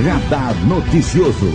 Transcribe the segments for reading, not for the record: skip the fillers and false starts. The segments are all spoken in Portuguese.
Radar Noticioso.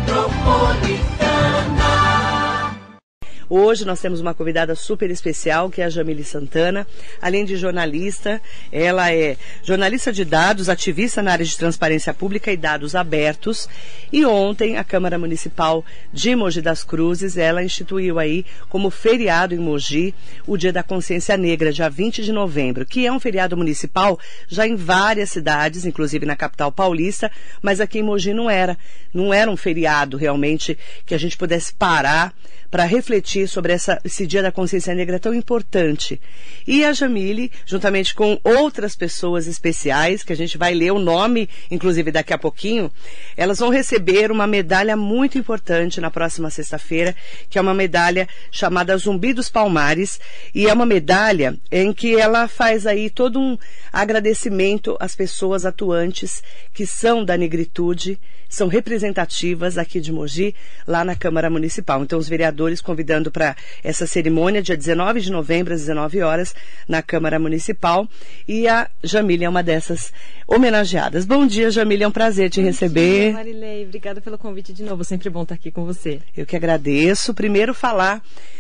Hoje nós temos uma convidada super especial, que é a Jamile Santana. Além de jornalista, ela é jornalista de dados, ativista na área de transparência pública e dados abertos. E ontem, a Câmara Municipal de Mogi das Cruzes, ela instituiu aí como feriado em Mogi o Dia da Consciência Negra, dia 20 de novembro, que é um feriado municipal já em várias cidades, inclusive na capital paulista, mas aqui em Mogi não era um feriado realmente que a gente pudesse parar para refletir sobre esse Dia da Consciência Negra tão importante. E a Jamile, juntamente com outras pessoas especiais, que a gente vai ler o nome, inclusive daqui a pouquinho, elas vão receber uma medalha muito importante na próxima sexta-feira, que é uma medalha chamada Zumbi dos Palmares, e é uma medalha em que ela faz aí todo um agradecimento às pessoas atuantes que são da negritude, são representativas aqui de Mogi, lá na Câmara Municipal. Então, os vereadores convidando para essa cerimônia, dia 19 de novembro, às 19 horas, na Câmara Municipal. E a Jamile é uma dessas homenageadas. Bom dia, Jamile, é um prazer te receber. Bom dia, Marilei. Obrigada pelo convite de novo. Sempre bom estar aqui com você. Eu que agradeço. Primeiro, falar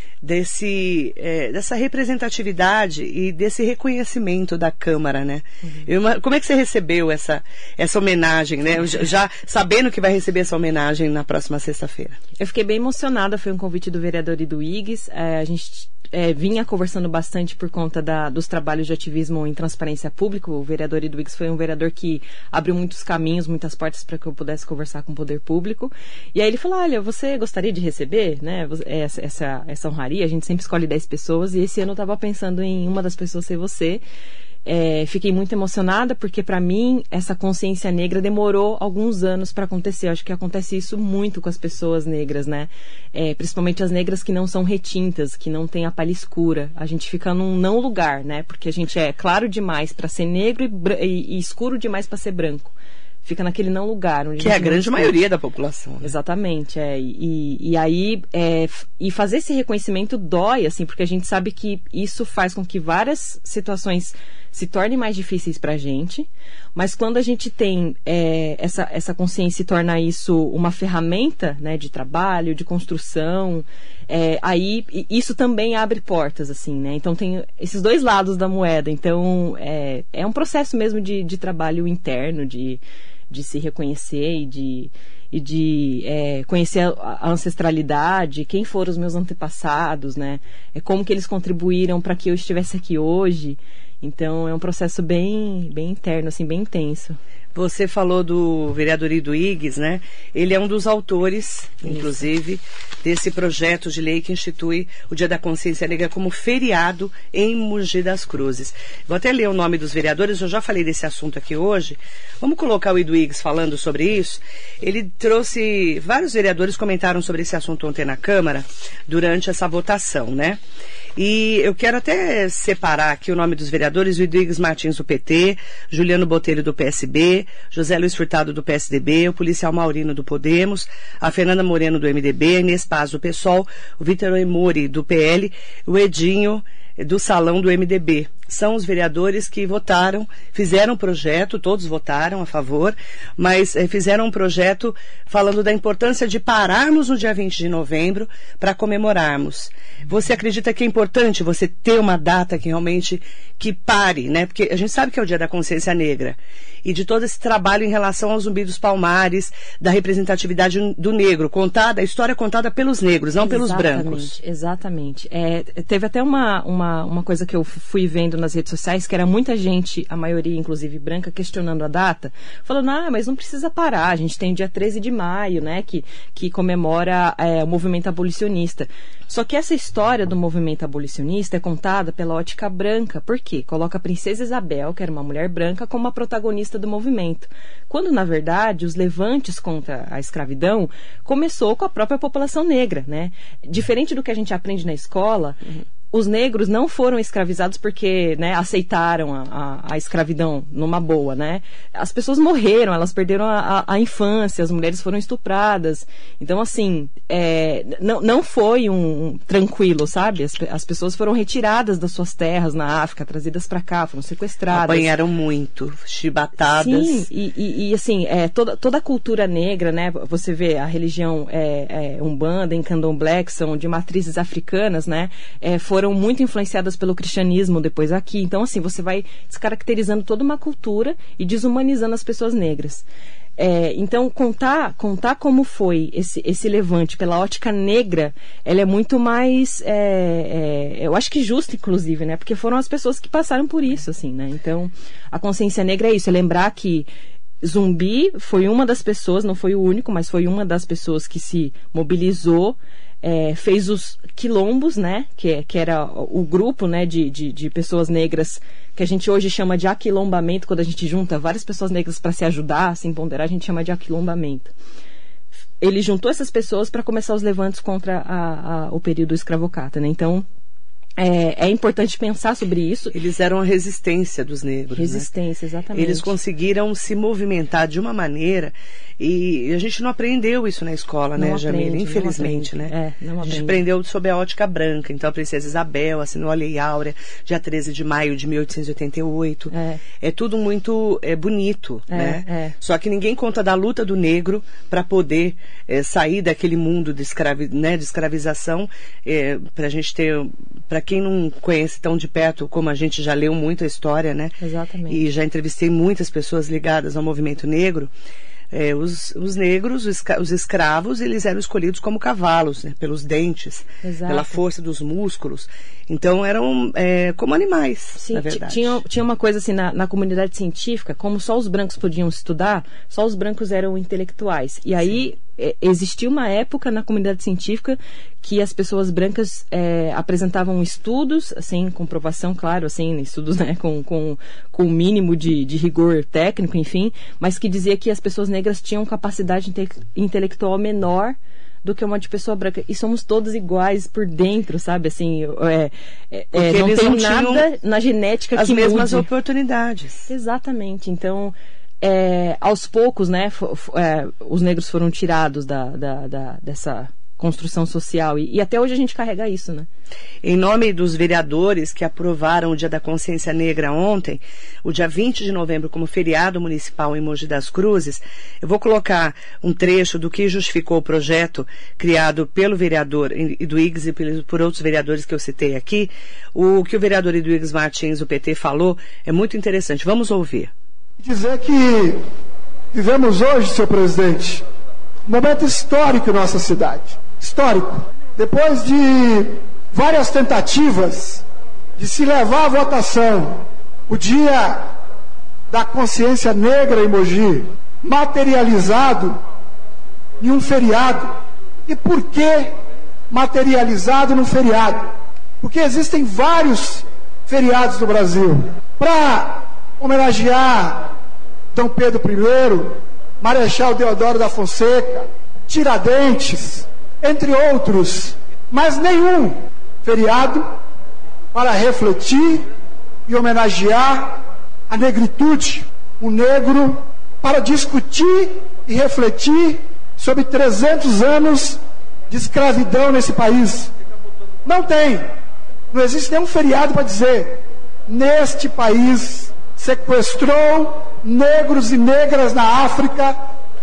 dessa representatividade e desse reconhecimento da Câmara, né? Como é que você recebeu essa homenagem, né? Já sabendo que vai receber essa homenagem na próxima sexta-feira. Eu fiquei bem emocionada, foi um convite do vereador Iduígues. A gente vinha conversando bastante por conta dos trabalhos de ativismo em transparência pública. O vereador Iduígues foi um vereador que abriu muitos caminhos, muitas portas para que eu pudesse conversar com o poder público. E aí ele falou, olha, você gostaria de receber, né, essa honraria? A gente sempre escolhe 10 pessoas e esse ano eu estava pensando em uma das pessoas ser você. Fiquei muito emocionada porque para mim essa consciência negra demorou alguns anos para acontecer. Eu acho que acontece isso muito com as pessoas negras, né? Principalmente as negras que não são retintas, que não têm a pele escura. A gente fica num não lugar, né? Porque a gente é claro demais para ser negro e escuro demais para ser branco. Fica naquele não lugar. Onde que é a grande maioria da população. Né? Exatamente. E aí, fazer esse reconhecimento dói, assim, porque a gente sabe que isso faz com que várias situações se tornem mais difíceis pra gente, mas quando a gente tem essa consciência e torna isso uma ferramenta, né, de trabalho, de construção, aí isso também abre portas, assim, né? Então tem esses dois lados da moeda. Então é um processo mesmo de trabalho interno, de se reconhecer e de conhecer a ancestralidade, quem foram os meus antepassados, né? Como que eles contribuíram para que eu estivesse aqui hoje. Então é um processo bem interno, assim, bem intenso. Você falou do vereador Iduígues, né? Ele é um dos autores, inclusive, desse projeto de lei que institui o Dia da Consciência Negra como feriado em Mogi das Cruzes. Vou até ler o nome dos vereadores, eu já falei desse assunto aqui hoje. Vamos colocar o Iduígues falando sobre isso. Ele trouxe, vários vereadores comentaram sobre esse assunto ontem na Câmara, durante essa votação, né? E eu quero até separar aqui o nome dos vereadores: o Iduígues Martins do PT, Juliano Botelho do PSB, José Luiz Furtado do PSDB, o policial Maurino do Podemos, a Fernanda Moreno do MDB, a Inês Paz do PSOL, o Vitor Emori do PL, o Edinho do Salão do MDB. São os vereadores que votaram, fizeram um projeto, todos votaram a favor, mas fizeram um projeto falando da importância de pararmos no dia 20 de novembro para comemorarmos. Você acredita que é importante você ter uma data que realmente que pare, né? Porque a gente sabe que é o Dia da Consciência Negra e de todo esse trabalho em relação ao Zumbi dos Palmares, da representatividade do negro, a história contada pelos negros, não pelos brancos. Exatamente. Teve até uma coisa que eu fui vendo nas redes sociais, que era muita gente, a maioria inclusive branca, questionando a data, falando, mas não precisa parar, a gente tem o dia 13 de maio, né, que comemora o movimento abolicionista. Só que essa história do movimento abolicionista é contada pela ótica branca. Por quê? Coloca a princesa Isabel, que era uma mulher branca, como a protagonista do movimento. Quando, na verdade, os levantes contra a escravidão começou com a própria população negra, né? Diferente do que a gente aprende na escola, os negros não foram escravizados porque, né, aceitaram a escravidão numa boa, né? As pessoas morreram, elas perderam a infância, as mulheres foram estupradas. Então, assim, não foi tranquilo, sabe? As pessoas foram retiradas das suas terras na África, trazidas para cá, foram sequestradas. Apanharam muito, chibatadas. Sim, e assim, toda a cultura negra, né? Você vê a religião Umbanda, em Candomblé, que são de matrizes africanas, né? Foram muito influenciadas pelo cristianismo depois aqui. Então, assim, você vai descaracterizando toda uma cultura e desumanizando as pessoas negras. Então, contar como foi esse levante pela ótica negra, ela é muito mais, eu acho que justa, inclusive, né? Porque foram as pessoas que passaram por isso, assim, né? Então, a consciência negra é isso, é lembrar que Zumbi foi uma das pessoas, não foi o único, mas foi uma das pessoas que se mobilizou, fez os quilombos, né, que era o grupo, né, de pessoas negras que a gente hoje chama de aquilombamento, quando a gente junta várias pessoas negras para se ajudar, se empoderar, a gente chama de aquilombamento. Ele juntou essas pessoas para começar os levantes contra o período escravocrata, né? Então, é importante pensar sobre isso. Eles eram a resistência dos negros. Resistência, né? Exatamente. Eles conseguiram se movimentar de uma maneira, e a gente não aprendeu isso na escola, não, né, Jamila? Infelizmente, né? Não a gente aprendeu sob a ótica branca. Então, a princesa Isabel assinou a Lei Áurea, dia 13 de maio de 1888. É tudo muito bonito, né? Só que ninguém conta da luta do negro para poder sair daquele mundo de escravização, para a gente ter... Para quem não conhece tão de perto, como a gente já leu muito a história, né? Exatamente. E já entrevistei muitas pessoas ligadas ao movimento negro. Os negros, os escravos, eles eram escolhidos como cavalos, né? Pelos dentes, Exato. Pela força dos músculos. Então eram como animais, sim, na verdade. Tinha uma coisa assim na comunidade científica, como só os brancos podiam estudar, só os brancos eram intelectuais. E aí existia uma época na comunidade científica que as pessoas brancas apresentavam estudos, assim, comprovação, claro, assim, estudos, né, com o mínimo de rigor técnico, enfim, mas que dizia que as pessoas negras tinham capacidade intelectual menor do que uma de pessoa branca. E somos todos iguais por dentro, sabe? Assim, não tem nada na genética que mude. As mesmas oportunidades. Exatamente. Então, aos poucos, né, os negros foram tirados dessa construção social e até hoje a gente carrega isso, né? Em nome dos vereadores que aprovaram o Dia da Consciência Negra ontem, o dia 20 de novembro como feriado municipal em Mogi das Cruzes, eu vou colocar um trecho do que justificou o projeto criado pelo vereador Eduígues e por outros vereadores que eu citei aqui. O que o vereador Eduígues Martins, do PT, falou é muito interessante. Vamos ouvir. Dizer que vivemos hoje, senhor presidente, um momento histórico em nossa cidade. Histórico. Depois de várias tentativas de se levar à votação o Dia da Consciência Negra em Mogi, materializado em um feriado. E por que materializado num feriado? Porque existem vários feriados no Brasil. Para homenagear Dom Pedro I, Marechal Deodoro da Fonseca, Tiradentes, entre outros, mas nenhum feriado para refletir e homenagear a negritude, o negro, para discutir e refletir sobre 300 anos de escravidão nesse país. Não tem. Não existe nenhum feriado para dizer: neste país sequestrou negros e negras na África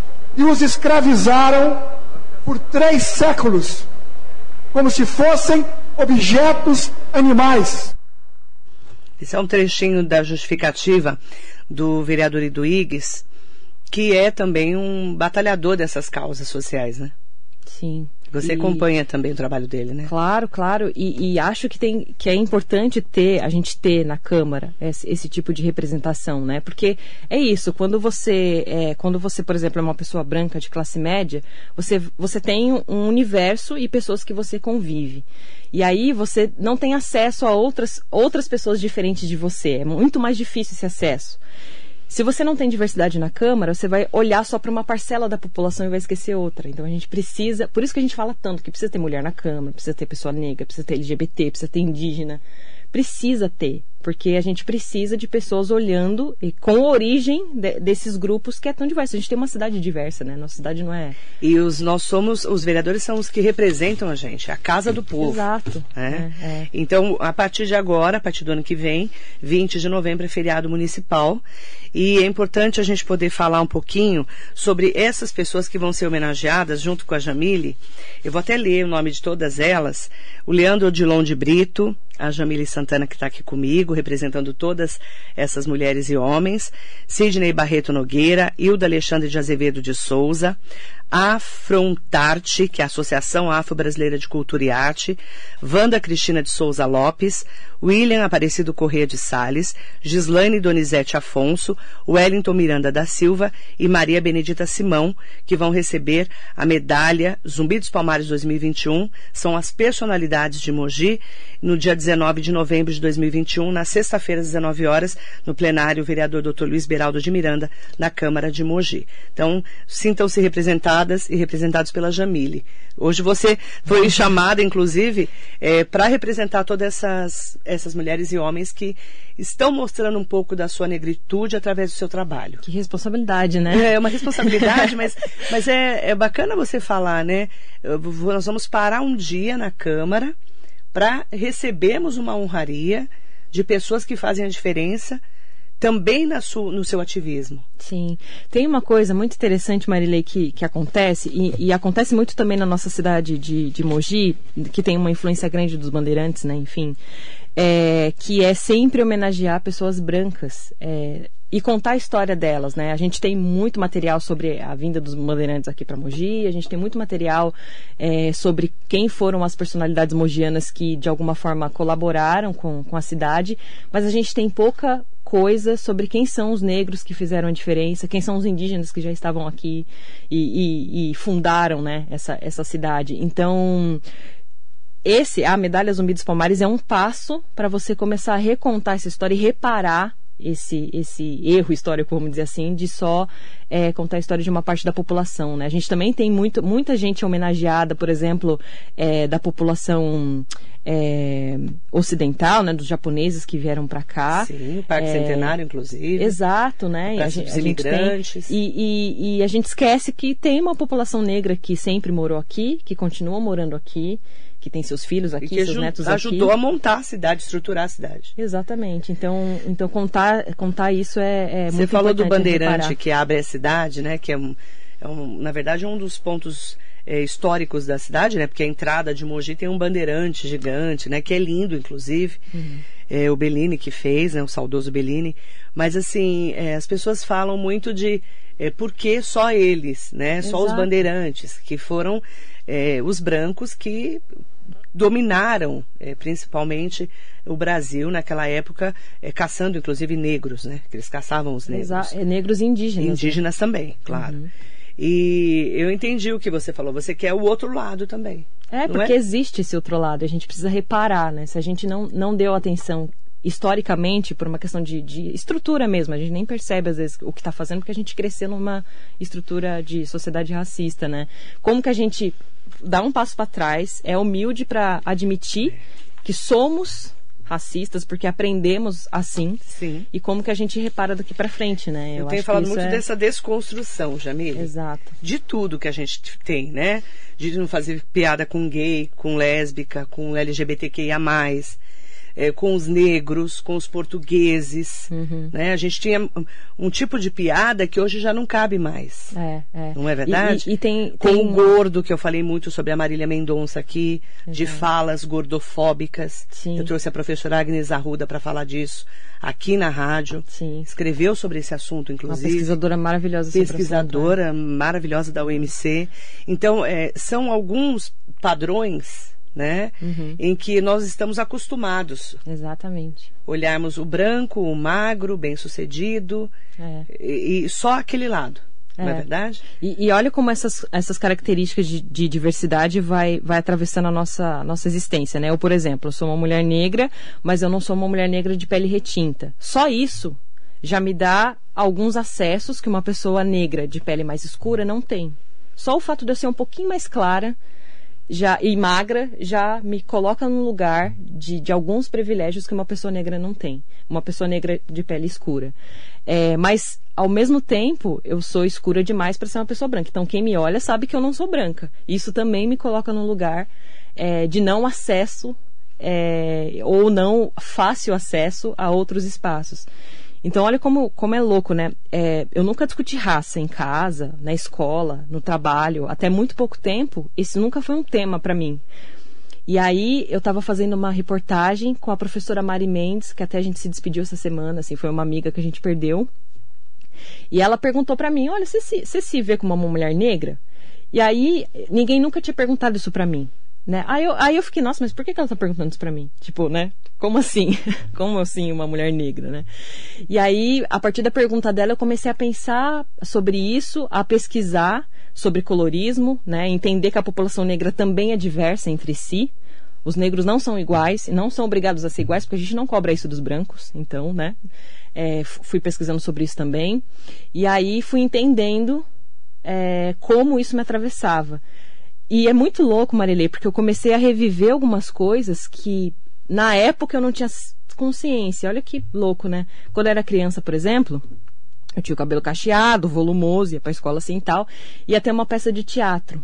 e os escravizaram por 3 séculos, como se fossem objetos animais. Esse é um trechinho da justificativa do vereador Eduígues, que é também um batalhador dessas causas sociais, né? Sim. Você acompanha também o trabalho dele, né? Claro, claro. E acho que é importante a gente ter na Câmara esse tipo de representação, né? Porque é isso, quando você, por exemplo, é uma pessoa branca de classe média, você tem um universo e pessoas que você convive. E aí você não tem acesso a outras pessoas diferentes de você. É muito mais difícil esse acesso. se você não tem diversidade na Câmara, você vai olhar só para uma parcela da população e vai esquecer outra. Então a gente precisa, por isso que a gente fala tanto que precisa ter mulher na Câmara, precisa ter pessoa negra, precisa ter LGBT, precisa ter indígena. Precisa ter, porque a gente precisa de pessoas olhando e com origem desses grupos que é tão diverso. A gente tem uma cidade diversa, né? Nossa cidade não é... E os vereadores são os que representam a gente, a casa do povo. Exato. Né? Então, a partir de agora, a partir do ano que vem, 20 de novembro é feriado municipal, e é importante a gente poder falar um pouquinho sobre essas pessoas que vão ser homenageadas junto com a Jamile. Eu vou até ler o nome de todas elas. O Leandro Odilon de Brito, a Jamile Santana, que está aqui comigo, representando todas essas mulheres e homens, Sidney Barreto Nogueira, Hilda Alexandre de Azevedo de Souza, Afrontarte, que é a Associação Afro-Brasileira de Cultura e Arte, Wanda Cristina de Souza Lopes, William Aparecido Corrêa de Sales, Gislaine Donizete Afonso, Wellington Miranda da Silva e Maria Benedita Simão, que vão receber a medalha Zumbi dos Palmares 2021, são as personalidades de Mogi, no dia 19 de novembro de 2021, na sexta-feira às 19 horas, no plenário, o vereador Dr. Luiz Beraldo de Miranda, na Câmara de Mogi. Então, sintam-se representadas e representados pela Jamile. Hoje você foi chamada, inclusive, para representar todas essas mulheres e homens que estão mostrando um pouco da sua negritude através do seu trabalho. Que responsabilidade, né? É uma responsabilidade, mas é bacana você falar, né? Nós vamos parar um dia na Câmara para recebermos uma honraria de pessoas que fazem a diferença também no seu ativismo. Sim. Tem uma coisa muito interessante, Marilei, que acontece, e acontece muito também na nossa cidade de Mogi, que tem uma influência grande dos bandeirantes, né, enfim, que é sempre homenagear pessoas brancas, e contar a história delas, né? A gente tem muito material sobre a vinda dos bandeirantes aqui para Mogi, a gente tem muito material sobre quem foram as personalidades mogianas que, de alguma forma, colaboraram com a cidade, mas a gente tem pouca coisa sobre quem são os negros que fizeram a diferença, quem são os indígenas que já estavam aqui e fundaram, né, essa cidade. Então, a Medalha Zumbi dos Palmares é um passo para você começar a recontar essa história e reparar esse erro histórico, vamos dizer assim, de só contar a história de uma parte da população, né? A gente também tem muita gente homenageada, por exemplo, da população ocidental, né? Dos japoneses que vieram para cá. Sim, o Parque Centenário, inclusive. Exato, né? Os imigrantes. E a gente esquece que tem uma população negra que sempre morou aqui, que continua morando aqui, que tem seus filhos aqui, seus netos aqui. Ajudou a montar a cidade, estruturar a cidade. Exatamente. Então contar isso é muito importante. Você falou do bandeirante que abre a cidade, né? Que na verdade, um dos pontos históricos da cidade, né? Porque a entrada de Mogi tem um bandeirante gigante, né? Que é lindo, inclusive. O Bellini que fez, né? O saudoso Bellini. Mas, assim, as pessoas falam muito de por que só eles, né? Exato. Só os bandeirantes, que foram os brancos que dominaram principalmente o Brasil naquela época, caçando inclusive negros, né? Que eles caçavam os negros. Negros e indígenas. Indígenas, né? Também, claro. Uhum. E eu entendi o que você falou. Você quer o outro lado também. Porque existe esse outro lado. A gente precisa reparar, né? Se a gente não deu atenção historicamente, por uma questão de estrutura mesmo, a gente nem percebe às vezes o que está fazendo, porque a gente cresceu numa estrutura de sociedade racista, né? Como que a gente dá um passo para trás, é humilde para admitir que somos racistas, porque aprendemos assim. Sim. E como que a gente repara daqui para frente, né? Eu tenho falado muito dessa desconstrução, Jamile. Exato. De tudo que a gente tem, né? De não fazer piada com gay, com lésbica, com LGBTQIA+, com os negros, com os portugueses, né? A gente tinha um tipo de piada que hoje já não cabe mais. Não é verdade? E tem o gordo, que eu falei muito sobre a Marília Mendonça aqui, de falas gordofóbicas. Sim. Eu trouxe a professora Agnes Arruda para falar disso aqui na rádio. Sim. Escreveu sobre esse assunto, inclusive. Uma pesquisadora maravilhosa. Pesquisadora maravilhosa da UMC. Então, são alguns padrões, né? Em que nós estamos acostumados. Exatamente. Olharmos o branco, o magro, bem-sucedido, e só aquele lado. Não é verdade? E olha como essas características de diversidade vai atravessando a nossa existência, né? Eu, por exemplo, eu sou uma mulher negra, mas eu não sou uma mulher negra de pele retinta. Só isso já me dá alguns acessos que uma pessoa negra de pele mais escura não tem. Só o fato de eu ser um pouquinho mais clara e magra já me coloca num lugar de alguns privilégios que uma pessoa negra não tem. Uma pessoa negra de pele escura. Mas, ao mesmo tempo, eu sou escura demais para ser uma pessoa branca. Então, quem me olha sabe que eu não sou branca. Isso também me coloca num lugar de não acesso ou não fácil acesso a outros espaços. Então, olha como é louco, né? Eu nunca discuti raça em casa, na escola, no trabalho. Até muito pouco tempo, isso nunca foi um tema para mim. E aí, eu estava fazendo uma reportagem com a professora Mari Mendes, que até a gente se despediu essa semana, assim, foi uma amiga que a gente perdeu. E ela perguntou para mim, olha, você se vê como uma mulher negra? E aí, ninguém nunca tinha perguntado isso para mim. Né? Aí eu fiquei, nossa, mas por que ela tá perguntando isso pra mim? Tipo, né? Como assim? Como assim uma mulher negra, né? E aí, a partir da pergunta dela, eu comecei a pensar sobre isso, a pesquisar sobre colorismo, né? Entender que a população negra também é diversa entre si. Os negros não são iguais, e não são obrigados a ser iguais, porque a gente não cobra isso dos brancos. Então, né? Fui pesquisando sobre isso também. E aí, fui entendendo como isso me atravessava. E é muito louco, Marilei, porque eu comecei a reviver algumas coisas que, na época, eu não tinha consciência. Olha que louco, né? Quando eu era criança, por exemplo, eu tinha o cabelo cacheado, volumoso, ia pra escola assim e tal, ia ter uma peça de teatro.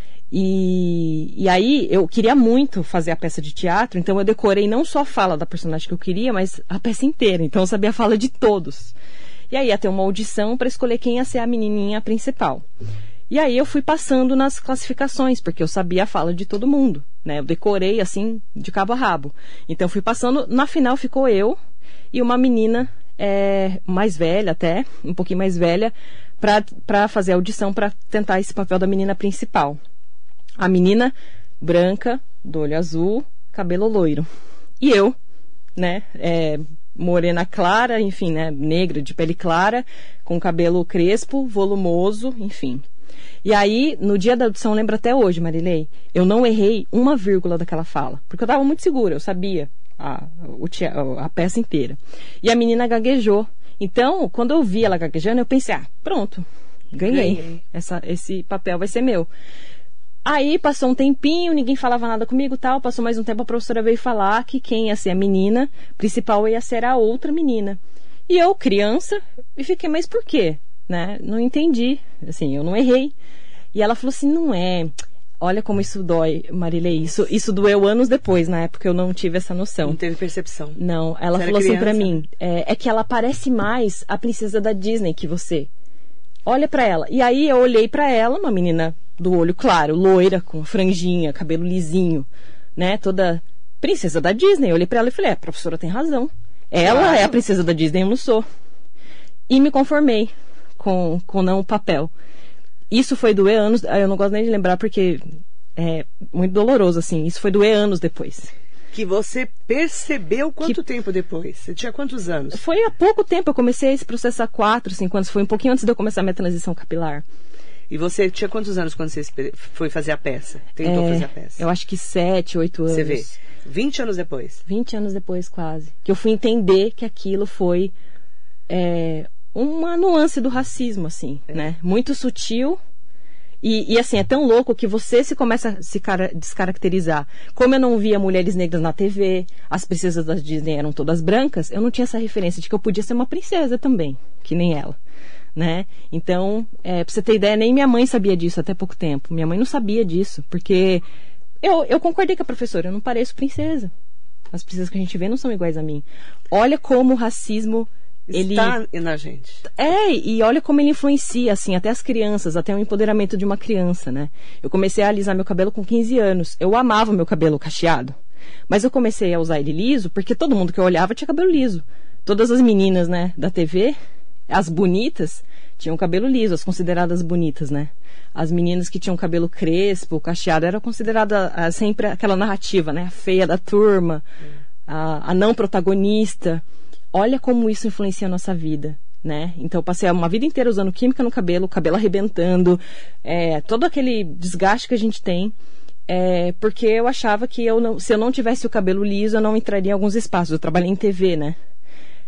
E aí, eu queria muito fazer a peça de teatro, então eu decorei não só a fala da personagem que eu queria, mas a peça inteira. Então eu sabia a fala de todos. E aí ia ter uma audição para escolher quem ia ser a menininha principal. E aí eu fui passando nas classificações, porque eu sabia a fala de todo mundo, né? Eu decorei, assim, de cabo a rabo. Então eu fui passando, na final ficou eu e uma menina mais velha até, um pouquinho mais velha, para fazer a audição, para tentar esse papel da menina principal. A menina branca, do olho azul, cabelo loiro. E eu, né, morena clara, enfim, né, negra, de pele clara, com cabelo crespo, volumoso, enfim. E aí, no dia da audição, eu lembro até hoje, Marilei, eu não errei uma vírgula daquela fala, porque eu estava muito segura, eu sabia a peça inteira. E a menina gaguejou. Então, quando eu vi ela gaguejando, eu pensei, pronto, ganhei. Esse papel vai ser meu. Aí, passou um tempinho, ninguém falava nada comigo, tal, passou mais um tempo, a professora veio falar que quem ia ser a menina principal ia ser a outra menina. E eu, criança, fiquei, mas por quê? Né? Não entendi, assim, eu não errei. E ela falou assim, não é, olha como isso dói, Marilei, isso doeu anos depois, na época eu não tive essa noção. Não teve percepção. Não, ela falou assim pra mim, é que ela parece mais a princesa da Disney que você. Olha pra ela. E aí eu olhei pra ela, uma menina do olho claro, loira, com franjinha, cabelo lisinho, né, toda princesa da Disney. Eu olhei pra ela e falei, a professora tem razão. Ela é a princesa da Disney, eu não sou. E me conformei com não o papel. Isso foi doer anos, eu não gosto nem de lembrar porque é muito doloroso, assim. Isso foi doer anos depois. Que você percebeu quanto tempo depois? Você tinha quantos anos? Foi há pouco tempo, eu comecei esse processo há 4, 5 anos. Foi um pouquinho antes de eu começar a minha transição capilar. E você tinha quantos anos quando você foi fazer a peça? Tentou fazer a peça? Eu acho que 7, 8 anos. Você vê, 20 anos depois. 20 anos depois, quase. Que eu fui entender que aquilo foi uma nuance do racismo, assim, né? Muito sutil. E assim, é tão louco que você começa a se descaracterizar. Como eu não via mulheres negras na TV, as princesas da Disney eram todas brancas, eu não tinha essa referência de que eu podia ser uma princesa também, que nem ela, né? Então, pra você ter ideia, nem minha mãe sabia disso até pouco tempo. Minha mãe não sabia disso, porque eu concordei com a professora, eu não pareço princesa. As princesas que a gente vê não são iguais a mim. Olha como o racismo... Está na gente. E olha como ele influencia, assim, até as crianças, até o empoderamento de uma criança, né? Eu comecei a alisar meu cabelo com 15 anos. Eu amava meu cabelo cacheado. Mas eu comecei a usar ele liso porque todo mundo que eu olhava tinha cabelo liso. Todas as meninas, né, da TV, as bonitas, tinham cabelo liso, as consideradas bonitas, né? As meninas que tinham cabelo crespo, cacheado, era considerada sempre aquela narrativa, né? A feia da turma, a não protagonista. Olha como isso influencia a nossa vida, né? Então eu passei uma vida inteira usando química no cabelo, o cabelo arrebentando, todo aquele desgaste que a gente tem, porque eu achava que se eu não tivesse o cabelo liso, eu não entraria em alguns espaços. Eu trabalhei em TV, né?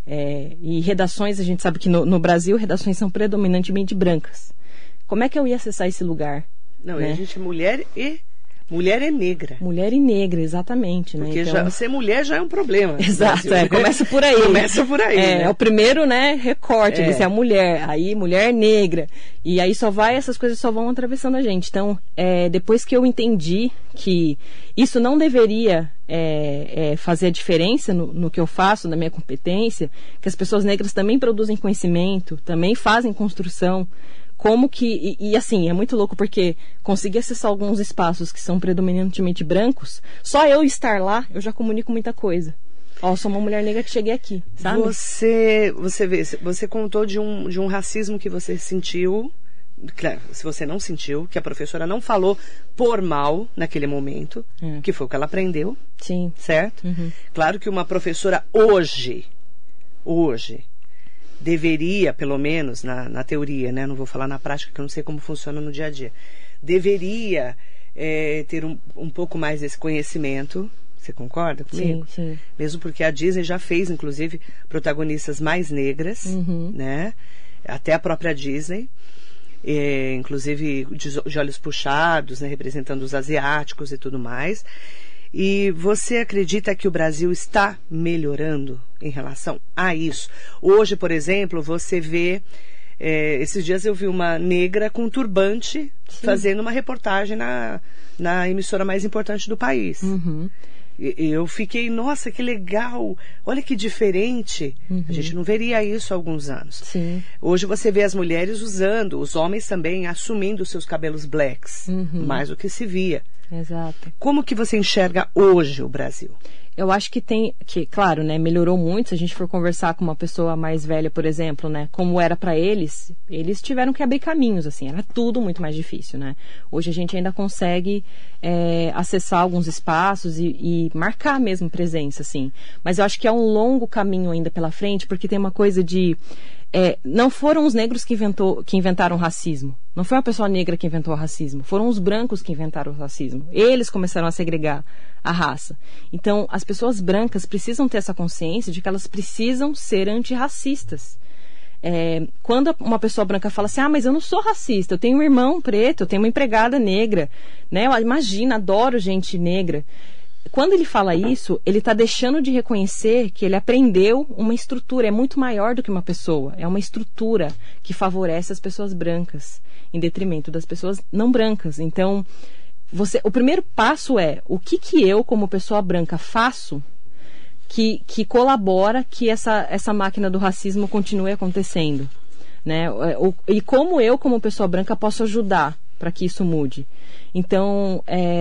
E redações, a gente sabe que no Brasil, redações são predominantemente brancas. Como é que eu ia acessar esse lugar? Não, né? A gente é mulher é negra. Mulher e negra, exatamente. Porque né? Então, ser mulher já é um problema. Exato, começa por aí. Começa por aí. Né? É o primeiro, né, recorte, de ser a mulher, aí mulher negra. E aí essas coisas só vão atravessando a gente. Então, depois que eu entendi que isso não deveria fazer a diferença no que eu faço, na minha competência, que as pessoas negras também produzem conhecimento, também fazem construção, como que, e assim, é muito louco porque conseguir acessar alguns espaços que são predominantemente brancos, só eu estar lá, eu já comunico muita coisa. Sou uma mulher negra que cheguei aqui, sabe? Você contou de um racismo que você sentiu, claro, se você não sentiu, que a professora não falou por mal naquele momento, que foi o que ela aprendeu. Sim. Certo? Uhum. Claro que uma professora hoje, deveria, pelo menos na teoria, né? Não vou falar na prática, que eu não sei como funciona no dia a dia. Deveria ter um pouco mais desse conhecimento. Você concorda comigo? Sim, sim. Mesmo porque a Disney já fez, inclusive, protagonistas mais negras, né? Até a própria Disney. Inclusive de olhos puxados, né? Representando os asiáticos e tudo mais. E você acredita que o Brasil está melhorando em relação a isso? Hoje, por exemplo, você vê... esses dias eu vi uma negra com turbante fazendo uma reportagem na emissora mais importante do país. Uhum. E eu fiquei, nossa, que legal! Olha que diferente! A gente não veria isso há alguns anos. Sim. Hoje você vê as mulheres usando, os homens também assumindo seus cabelos blacks, mais do que se via. Exato. Como que você enxerga hoje o Brasil? Eu acho que claro, né, melhorou muito. Se a gente for conversar com uma pessoa mais velha, por exemplo, né, como era para eles tiveram que abrir caminhos, assim, era tudo muito mais difícil, né. Hoje a gente ainda consegue acessar alguns espaços e marcar mesmo presença, assim. Mas eu acho que é um longo caminho ainda pela frente, porque tem uma coisa de... não foram os negros que inventaram o racismo. Não foi uma pessoa negra que inventou o racismo. Foram os brancos que inventaram o racismo. Eles começaram a segregar a raça. Então, as pessoas brancas precisam ter essa consciência de que elas precisam ser antirracistas. Quando uma pessoa branca fala assim, mas eu não sou racista, eu tenho um irmão preto, eu tenho uma empregada negra, né? Imagina, adoro gente negra. Quando ele fala isso, ele está deixando de reconhecer que ele aprendeu uma estrutura, é muito maior do que uma pessoa, é uma estrutura que favorece as pessoas brancas, em detrimento das pessoas não brancas. Então, o primeiro passo é, o que eu, como pessoa branca, faço que colabora que essa máquina do racismo continue acontecendo, né? E como eu, como pessoa branca, posso ajudar para que isso mude. Então,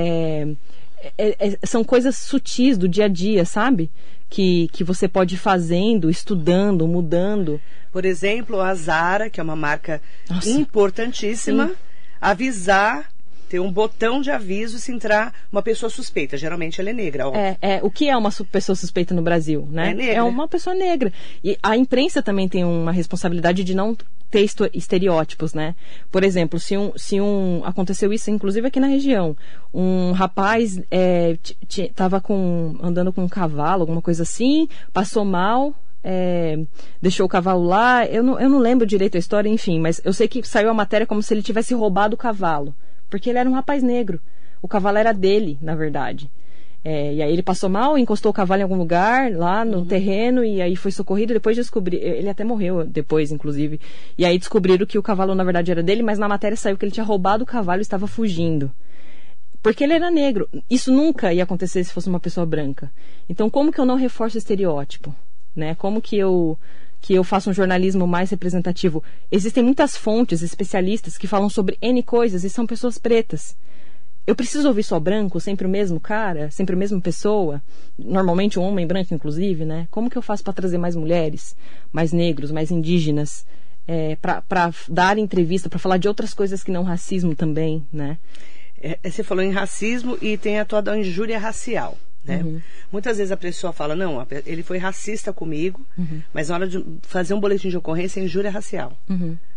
são coisas sutis do dia a dia, sabe? Que você pode ir fazendo, estudando, mudando. Por exemplo, a Zara, que é uma marca importantíssima, avisar, ter um botão de aviso se entrar uma pessoa suspeita. Geralmente ela é negra. Óbvio. O que é uma pessoa suspeita no Brasil, né? É negra. É uma pessoa negra. E a imprensa também tem uma responsabilidade de não ter estereótipos, né? Por exemplo, se aconteceu isso, inclusive aqui na região, um rapaz estava andando com um cavalo, alguma coisa assim, passou mal, deixou o cavalo lá, eu não lembro direito a história, enfim, mas eu sei que saiu a matéria como se ele tivesse roubado o cavalo, porque ele era um rapaz negro, o cavalo era dele, na verdade. E aí ele passou mal, encostou o cavalo em algum lugar, lá no terreno, e aí foi socorrido, depois ele até morreu depois, inclusive, e aí descobriram que o cavalo na verdade era dele, mas na matéria saiu que ele tinha roubado o cavalo e estava fugindo. Porque ele era negro. Isso nunca ia acontecer se fosse uma pessoa branca. Então, como que eu não reforço o estereótipo? Né? Como que eu faço um jornalismo mais representativo? Existem muitas fontes, especialistas, que falam sobre N coisas e são pessoas pretas. Eu preciso ouvir só branco, sempre o mesmo cara, sempre a mesma pessoa, normalmente um homem branco, inclusive, né? Como que eu faço para trazer mais mulheres, mais negros, mais indígenas, para dar entrevista, para falar de outras coisas que não racismo também, né? Você falou em racismo e tem a tua da injúria racial, né? Muitas vezes a pessoa fala, não, ele foi racista comigo, mas na hora de fazer um boletim de ocorrência é injúria racial.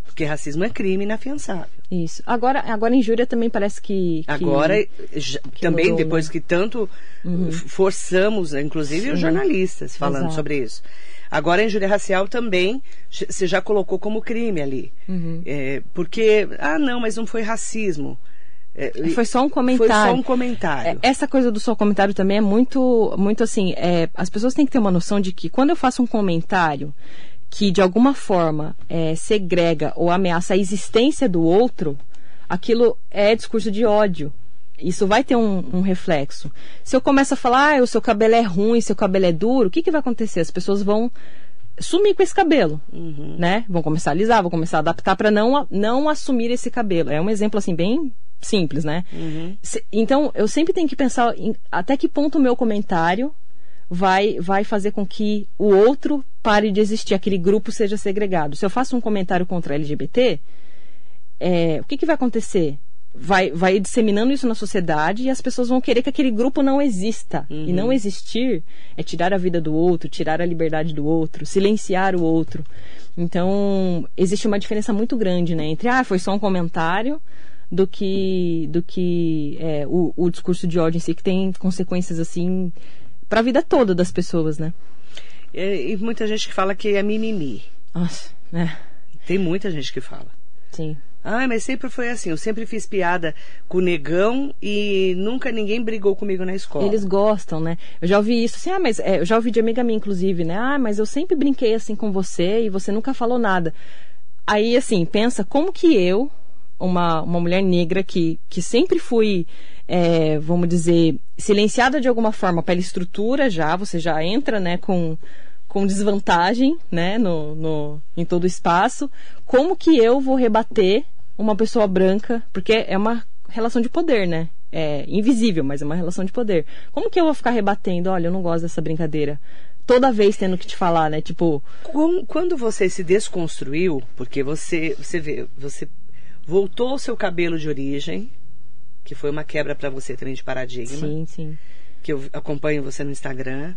Porque racismo é crime inafiançável. Isso. Agora injúria também parece que agora, também mudou, depois, né? que tanto forçamos, inclusive os jornalistas falando sobre isso. Agora a injúria racial também você já colocou como crime ali. Porque, não, mas não foi racismo. Foi só um comentário. Foi só um comentário. Essa coisa do só comentário também é muito, muito assim, as pessoas têm que ter uma noção de que quando eu faço um comentário que de alguma forma segrega ou ameaça a existência do outro, aquilo é discurso de ódio. Isso vai ter um reflexo. Se eu começo a falar, o seu cabelo é ruim, seu cabelo é duro, o que vai acontecer? As pessoas vão sumir com esse cabelo, né? Vão começar a alisar, vão começar a adaptar para não assumir esse cabelo. É um exemplo assim bem simples, né? Então, eu sempre tenho que pensar até que ponto o meu comentário vai fazer com que o outro pare de existir, aquele grupo seja segregado. Se eu faço um comentário contra LGBT, o que vai acontecer? Vai disseminando isso na sociedade e as pessoas vão querer que aquele grupo não exista. E não existir é tirar a vida do outro, tirar a liberdade do outro, silenciar o outro. Então, existe uma diferença muito grande, né? Entre, foi só um comentário, do que o discurso de ódio em si, que tem consequências, assim, para a vida toda das pessoas, né? E muita gente que fala que é mimimi. Nossa, Tem muita gente que fala. Sim. Mas sempre foi assim, eu sempre fiz piada com o negão e nunca ninguém brigou comigo na escola. Eles gostam, né? Eu já ouvi isso, assim, mas eu já ouvi de amiga minha, inclusive, né? Mas eu sempre brinquei assim com você e você nunca falou nada. Aí, assim, pensa como que eu, uma mulher negra que sempre fui, vamos dizer, silenciada de alguma forma pela estrutura você já entra, né, com desvantagem, né, em todo o espaço. Como que eu vou rebater uma pessoa branca? Porque é uma relação de poder, né? É invisível, mas é uma relação de poder. Como que eu vou ficar rebatendo? Olha, eu não gosto dessa brincadeira. Toda vez tendo que te falar, né? Tipo... Quando você se desconstruiu, porque você voltou ao seu cabelo de origem, que foi uma quebra para você também de paradigma. Sim, sim. Que eu acompanho você no Instagram.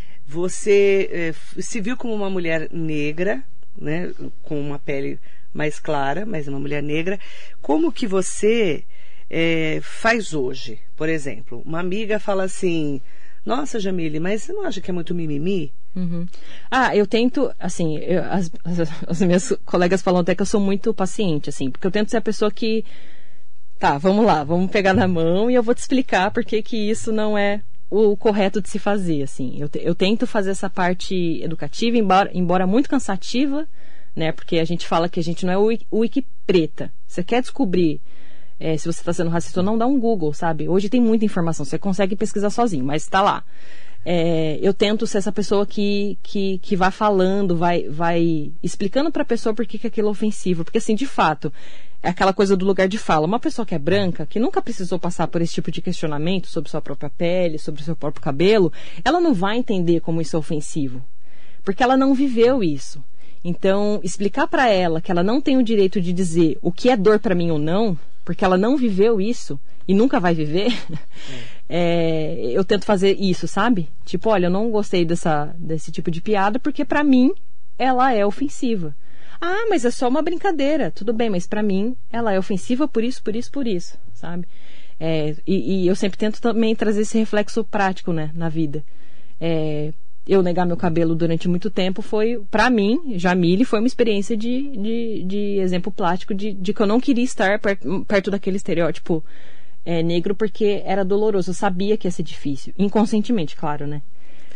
Você se viu como uma mulher negra, né, com uma pele mais clara, mas uma mulher negra. Como que você faz hoje? Por exemplo, uma amiga fala assim: nossa, Jamile, mas você não acha que é muito mimimi? Eu tento, assim, as minhas colegas falam até que eu sou muito paciente, assim, porque eu tento ser a pessoa que, vamos lá, vamos pegar na mão e eu vou te explicar por que isso não é o correto de se fazer, assim. Eu tento fazer essa parte educativa, embora muito cansativa, né, porque a gente fala que a gente não é o Wiki preta. Você quer descobrir se você está sendo racista ou não, dá um Google, sabe? Hoje tem muita informação, você consegue pesquisar sozinho, mas está lá. Eu tento ser essa pessoa que vai falando, vai explicando para a pessoa por que aquilo é ofensivo. Porque, assim, de fato, é aquela coisa do lugar de fala. Uma pessoa que é branca, que nunca precisou passar por esse tipo de questionamento sobre sua própria pele, sobre seu próprio cabelo, ela não vai entender como isso é ofensivo. Porque ela não viveu isso. Então, explicar para ela que ela não tem o direito de dizer o que é dor para mim ou não, porque ela não viveu isso e nunca vai viver, eu tento fazer isso, sabe? Tipo, olha, eu não gostei desse tipo de piada porque para mim ela é ofensiva. Mas é só uma brincadeira. Tudo bem, mas pra mim ela é ofensiva por isso, sabe? E eu sempre tento também trazer esse reflexo prático, né, na vida. Eu negar meu cabelo durante muito tempo foi, pra mim, Jamile, foi uma experiência de exemplo prático de que eu não queria estar perto daquele estereótipo negro porque era doloroso. Eu sabia que ia ser difícil. Inconscientemente, claro, né?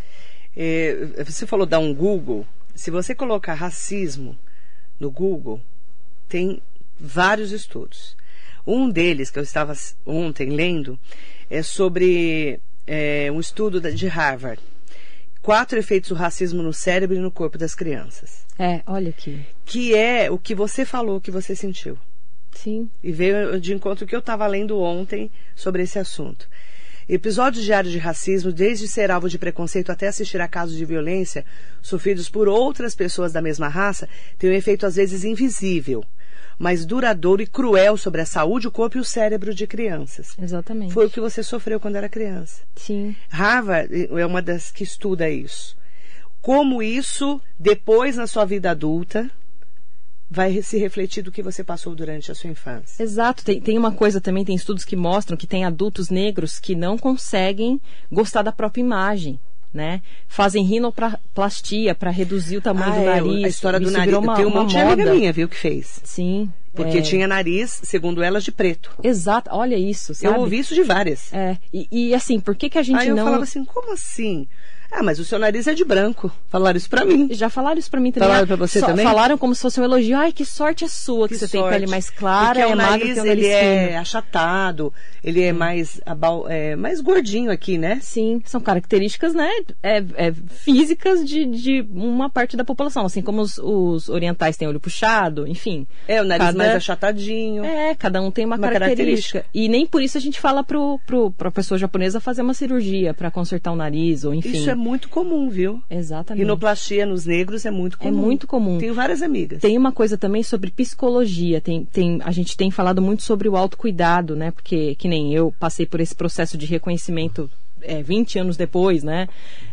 Você falou dar um Google. Se você colocar racismo no Google, tem vários estudos. Um deles, que eu estava ontem lendo, é sobre um estudo de Harvard. 4 efeitos do racismo no cérebro e no corpo das crianças. Olha aqui. Que é o que você falou, que você sentiu. Sim. E veio de encontro que eu estava lendo ontem sobre esse assunto. Episódios diários de racismo, desde ser alvo de preconceito até assistir a casos de violência sofridos por outras pessoas da mesma raça, tem um efeito às vezes invisível, mas duradouro e cruel sobre a saúde, o corpo e o cérebro de crianças. Exatamente. Foi o que você sofreu quando era criança. Sim. Harvard é uma das que estuda isso. Como isso, depois na sua vida adulta, vai se refletir do que você passou durante a sua infância. Exato. Tem uma coisa também, tem estudos que mostram que tem adultos negros que não conseguem gostar da própria imagem, né? Fazem rinoplastia para reduzir o tamanho do nariz. A história do nariz. Tem um monte de amiga minha, viu, que fez. Sim. Porque tinha nariz, segundo elas, de preto. Exato. Olha isso, sabe? Eu ouvi isso de várias. E assim, por que a gente não... Aí eu falava assim, como assim? Ah, mas o seu nariz é de branco. Falaram isso pra mim. Já falaram isso pra mim também. Falaram pra você também? Falaram como se fosse um elogio. Ai, que sorte a sua, que você tem pele mais clara, porque é magro, tem o nariz ele é fino. achatado, ele é mais gordinho aqui, né? Sim, são características, né, físicas de uma parte da população. Assim como os orientais têm olho puxado, enfim. O nariz mais achatadinho. Cada um tem uma característica. E nem por isso a gente fala pra pessoa japonesa fazer uma cirurgia pra consertar o nariz, ou enfim. Isso é muito comum, viu? Exatamente. Rinoplastia nos negros é muito comum. É muito comum. Tenho várias amigas. Tem uma coisa também sobre psicologia. A gente tem falado muito sobre o autocuidado, né? Porque, que nem eu, passei por esse processo de reconhecimento 20 anos depois, né?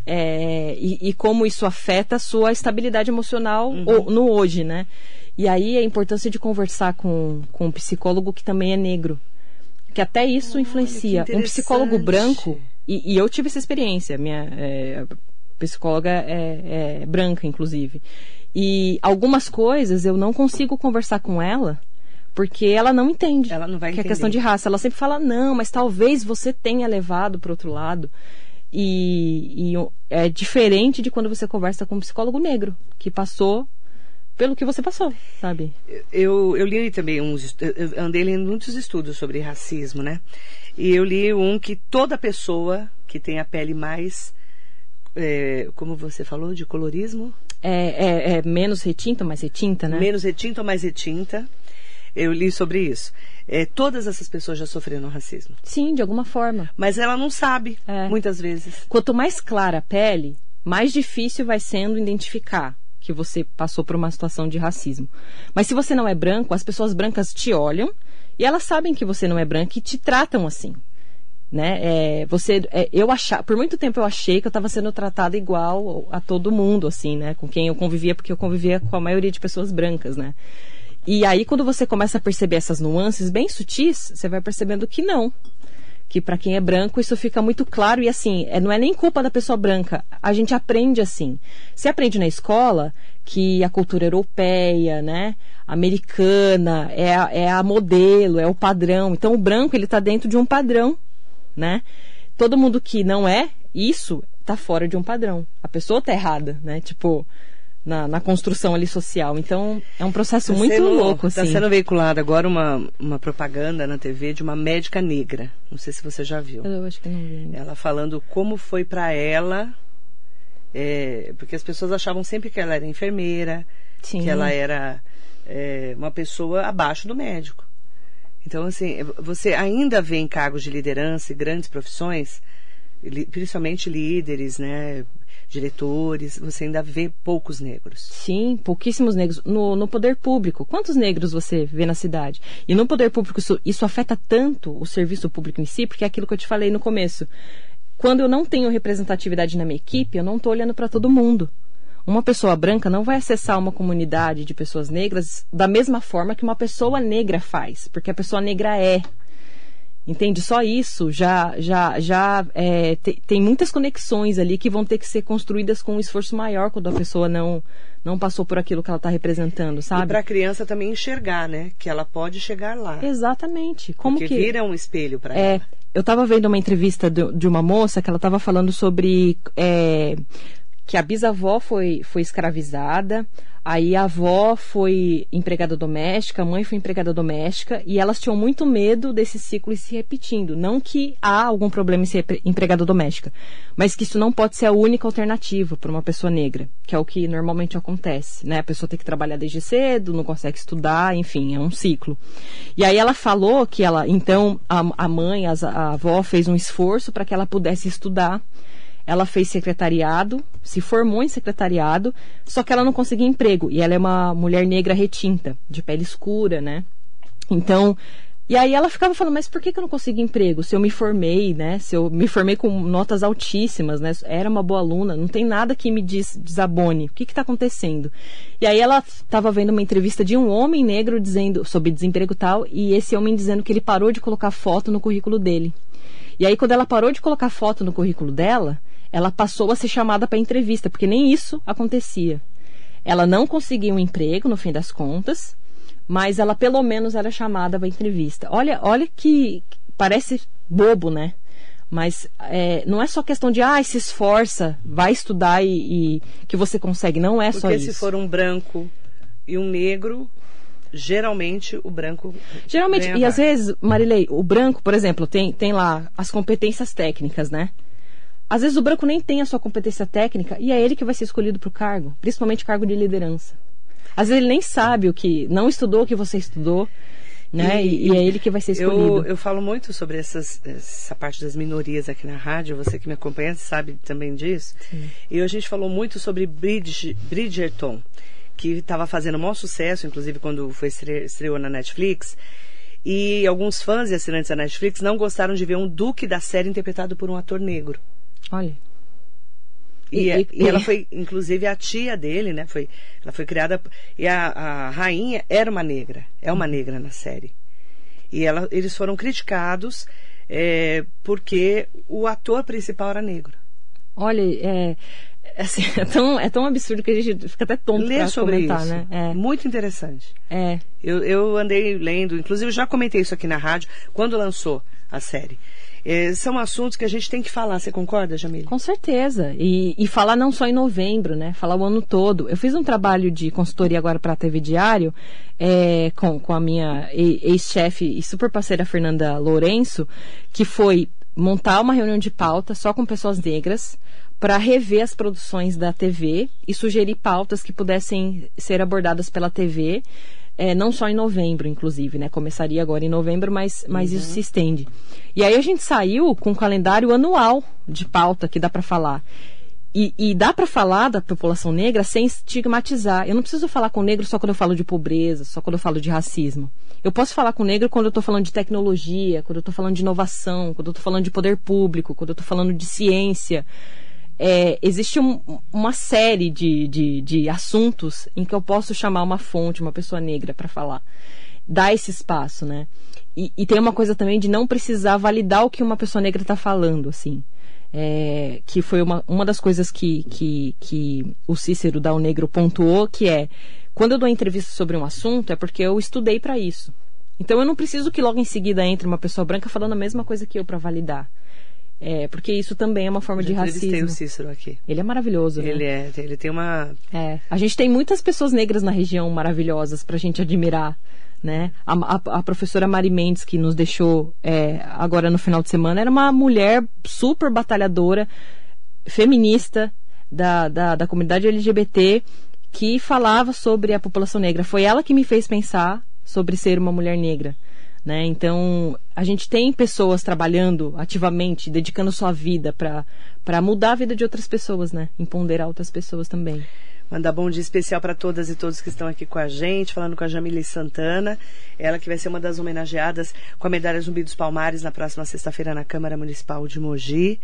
E como isso afeta a sua estabilidade emocional no hoje, né? E aí a importância de conversar com um psicólogo que também é negro. Que até isso influencia. Um psicólogo branco... E eu tive essa experiência, minha psicóloga é branca, inclusive. E algumas coisas eu não consigo conversar com ela, porque ela não entende. Ela não vai entender. Que é questão de raça. Ela sempre fala, não, mas talvez você tenha levado para o outro lado. E é diferente de quando você conversa com um psicólogo negro, que passou pelo que você passou, sabe? Eu li também eu andei lendo muitos estudos sobre racismo, né? E eu li um que toda pessoa que tem a pele mais, como você falou, de colorismo? Menos retinta ou mais retinta, né? Menos retinta ou mais retinta. Eu li sobre isso. Todas essas pessoas já sofreram racismo. Sim, de alguma forma. Mas ela não sabe, muitas vezes. Quanto mais clara a pele, mais difícil vai sendo identificar que você passou por uma situação de racismo. Mas se você não é branco, as pessoas brancas te olham e elas sabem que você não é branco e te tratam assim, né? Por muito tempo eu achei que eu estava sendo tratada igual a todo mundo, assim, né? Com quem eu convivia, porque eu convivia com a maioria de pessoas brancas, né? E aí quando você começa a perceber essas nuances bem sutis, você vai percebendo que não. Que para quem é branco isso fica muito claro e assim, não é nem culpa da pessoa branca, a gente aprende assim. Você aprende na escola que a cultura europeia, né, americana, é a modelo, é o padrão. Então o branco, ele tá dentro de um padrão, né? Todo mundo que não é isso, tá fora de um padrão. A pessoa tá errada, né? Tipo, na construção ali social. Então, é um processo muito louco, assim. Está sendo veiculada agora uma propaganda na TV de uma médica negra. Não sei se você já viu. Eu acho que não vi. Ela falando como foi para ela, porque as pessoas achavam sempre que ela era enfermeira, Sim. que ela era uma pessoa abaixo do médico. Então, assim, você ainda vê em cargos de liderança e grandes profissões, principalmente líderes, né, diretores, você ainda vê poucos negros. Sim, pouquíssimos negros. No poder público, quantos negros você vê na cidade? E no poder público isso afeta tanto o serviço público em si, porque é aquilo que eu te falei no começo. Quando eu não tenho representatividade na minha equipe, eu não estou olhando para todo mundo. Uma pessoa branca não vai acessar uma comunidade de pessoas negras da mesma forma que uma pessoa negra faz, porque a pessoa negra entende? Só isso tem muitas conexões ali que vão ter que ser construídas com um esforço maior quando a pessoa não passou por aquilo que ela está representando, sabe? E para a criança também enxergar, né? Que ela pode chegar lá. Exatamente. Porque vira um espelho para ela. Eu estava vendo uma entrevista de uma moça que ela estava falando sobre que a bisavó foi escravizada, aí a avó foi empregada doméstica, a mãe foi empregada doméstica, e elas tinham muito medo desse ciclo se repetindo. Não que há algum problema em ser empregada doméstica, mas que isso não pode ser a única alternativa para uma pessoa negra, que é o que normalmente acontece, né? A pessoa tem que trabalhar desde cedo, não consegue estudar, enfim, é um ciclo. E aí ela falou que então, a mãe, a avó fez um esforço para que ela pudesse estudar. Ela fez secretariado, se formou em secretariado, só que ela não conseguia emprego. E ela é uma mulher negra retinta, de pele escura, né? Então, E aí ela ficava falando, mas por que eu não consegui emprego? Se eu me formei, né? Se eu me formei com notas altíssimas, né? Era uma boa aluna, não tem nada que me desabone. O que está acontecendo? E aí ela estava vendo uma entrevista de um homem negro dizendo sobre desemprego e tal, e esse homem dizendo que ele parou de colocar foto no currículo dele. E aí quando ela parou de colocar foto no currículo dela, ela passou a ser chamada para entrevista, porque nem isso acontecia. Ela não conseguia um emprego, no fim das contas, mas ela pelo menos era chamada para entrevista. Olha que parece bobo, né? Mas não é só questão de, se esforça, vai estudar e que você consegue. Não é só isso. Porque se for um branco e um negro, geralmente o branco... Geralmente, e às vezes, Marilei, o branco, por exemplo, tem lá as competências técnicas, né? Às vezes o branco nem tem a sua competência técnica e é ele que vai ser escolhido para o cargo, principalmente cargo de liderança. Às vezes ele nem sabe não estudou o que você estudou, né? E é ele que vai ser escolhido. Eu falo muito sobre essa parte das minorias aqui na rádio, você que me acompanha sabe também disso. Sim. E a gente falou muito sobre Bridgerton, que estava fazendo o maior sucesso, inclusive quando estreou na Netflix. E alguns fãs e assinantes da Netflix não gostaram de ver um duque da série interpretado por um ator negro. Olha... E ela foi, inclusive, a tia dele, né? Ela foi criada... E a rainha era uma negra. É uma negra na série. E eles foram criticados porque o ator principal era negro. Olha, assim, é tão absurdo que a gente fica até tonto para comentar, isso. Né? Muito interessante. Eu andei lendo, inclusive já comentei isso aqui na rádio, quando lançou a série. São assuntos que a gente tem que falar, você concorda, Jamile? Com certeza. E falar não só em novembro, né? Falar o ano todo. Eu fiz um trabalho de consultoria agora para a TV Diário com a minha ex-chefe e super parceira Fernanda Lourenço, que foi montar uma reunião de pauta só com pessoas negras para rever as produções da TV e sugerir pautas que pudessem ser abordadas pela TV. Não só em novembro, inclusive, né? Começaria agora em novembro, mas isso se estende. E aí a gente saiu com um calendário anual de pauta que dá para falar. E dá para falar da população negra sem estigmatizar. Eu não preciso falar com o negro só quando eu falo de pobreza, só quando eu falo de racismo. Eu posso falar com o negro quando eu estou falando de tecnologia, quando eu estou falando de inovação, quando eu estou falando de poder público, quando eu estou falando de ciência. Existe uma série de assuntos em que eu posso chamar uma fonte, uma pessoa negra para falar. Dar esse espaço, né? E tem uma coisa também de não precisar validar o que uma pessoa negra está falando, assim. Que foi uma das coisas que o Cícero Dal Negro pontuou, que quando eu dou entrevista sobre um assunto, é porque eu estudei para isso. Então eu não preciso que logo em seguida entre uma pessoa branca falando a mesma coisa que eu para validar. Porque isso também é uma forma de racismo. Tem o Cícero aqui. Ele é maravilhoso, né? Ele tem uma... A gente tem muitas pessoas negras na região maravilhosas pra gente admirar, né? A professora Mari Mendes, que nos deixou agora no final de semana, era uma mulher super batalhadora, feminista da comunidade LGBT, que falava sobre a população negra. Foi ela que me fez pensar sobre ser uma mulher negra. Né? Então, a gente tem pessoas trabalhando ativamente, dedicando sua vida para mudar a vida de outras pessoas, né? Empoderar outras pessoas também. Mandar bom dia especial para todas e todos que estão aqui com a gente, falando com a Jamile Santana, ela que vai ser uma das homenageadas com a medalha Zumbi dos Palmares na próxima sexta-feira na Câmara Municipal de Mogi.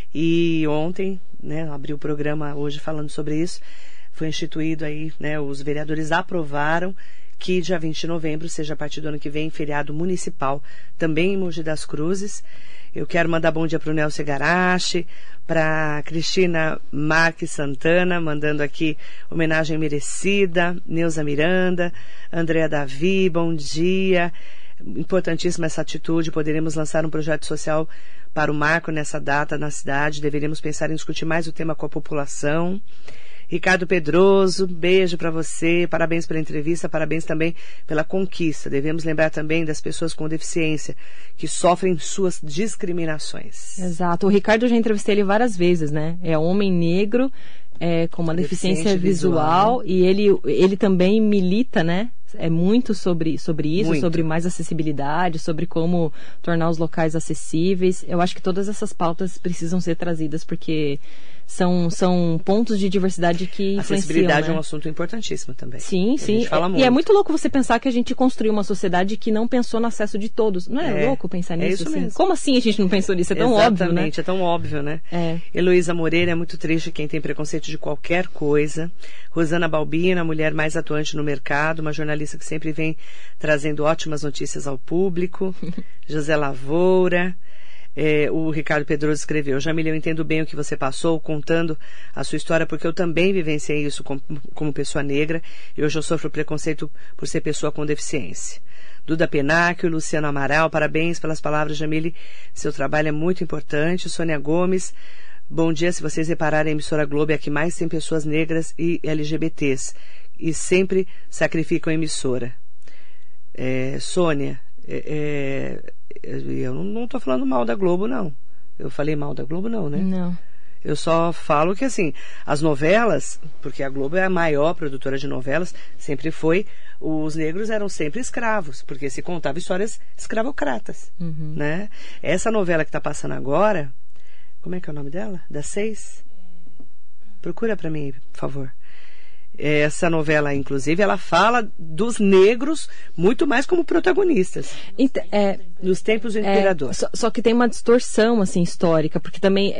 E ontem, né, abriu o programa hoje falando sobre isso, foi instituído aí, né, os vereadores aprovaram que dia 20 de novembro, seja a partir do ano que vem, feriado municipal, também em Mogi das Cruzes. Eu quero mandar bom dia para o Nelson Garache, para Cristina Marques Santana, mandando aqui homenagem merecida, Neuza Miranda, Andréa Davi, bom dia. Importantíssima essa atitude, poderemos lançar um projeto social para o marco nessa data na cidade, deveríamos pensar em discutir mais o tema com a população. Ricardo Pedroso, beijo para você, parabéns pela entrevista, parabéns também pela conquista. Devemos lembrar também das pessoas com deficiência que sofrem suas discriminações. Exato, o Ricardo eu já entrevistei ele várias vezes, né? É homem negro, com uma deficiência visual, e ele também milita, né? Muito sobre isso, muito. Sobre mais acessibilidade, sobre como tornar os locais acessíveis. Eu acho que todas essas pautas precisam ser trazidas, porque São pontos de diversidade que influenciam. A acessibilidade, né? É um assunto importantíssimo também. Sim, sim. A gente fala muito. E é muito louco você pensar que a gente construiu uma sociedade que não pensou no acesso de todos. Não é louco pensar nisso? Isso assim? mesmo. Como assim a gente não pensou nisso? É tão óbvio, né? Exatamente, é tão óbvio, né? Heloísa Moreira, é muito triste quem tem preconceito de qualquer coisa. Rosana Balbina, a mulher mais atuante no mercado, uma jornalista que sempre vem trazendo ótimas notícias ao público. José Lavoura. O Ricardo Pedroso escreveu: Jamile, eu entendo bem o que você passou contando a sua história, porque eu também vivenciei isso como pessoa negra e hoje eu sofro preconceito por ser pessoa com deficiência. Duda Penacchio, Luciano Amaral, parabéns pelas palavras, Jamile, seu trabalho é muito importante. Sônia Gomes, bom dia, se vocês repararem, a emissora Globo é a que mais tem pessoas negras e LGBTs e sempre sacrificam a emissora. Sônia, eu não estou falando mal da Globo, não. Eu falei mal da Globo, não, né? Não. Eu só falo que, assim, as novelas, porque a Globo é a maior produtora de novelas, sempre foi, os negros eram sempre escravos, porque se contava histórias escravocratas, né? Essa novela que está passando agora, como é que é o nome dela? Das 6? Procura para mim, por favor. Essa novela, inclusive, ela fala dos negros muito mais como protagonistas. Nos tempos do imperador. Só que tem uma distorção, assim, histórica, porque também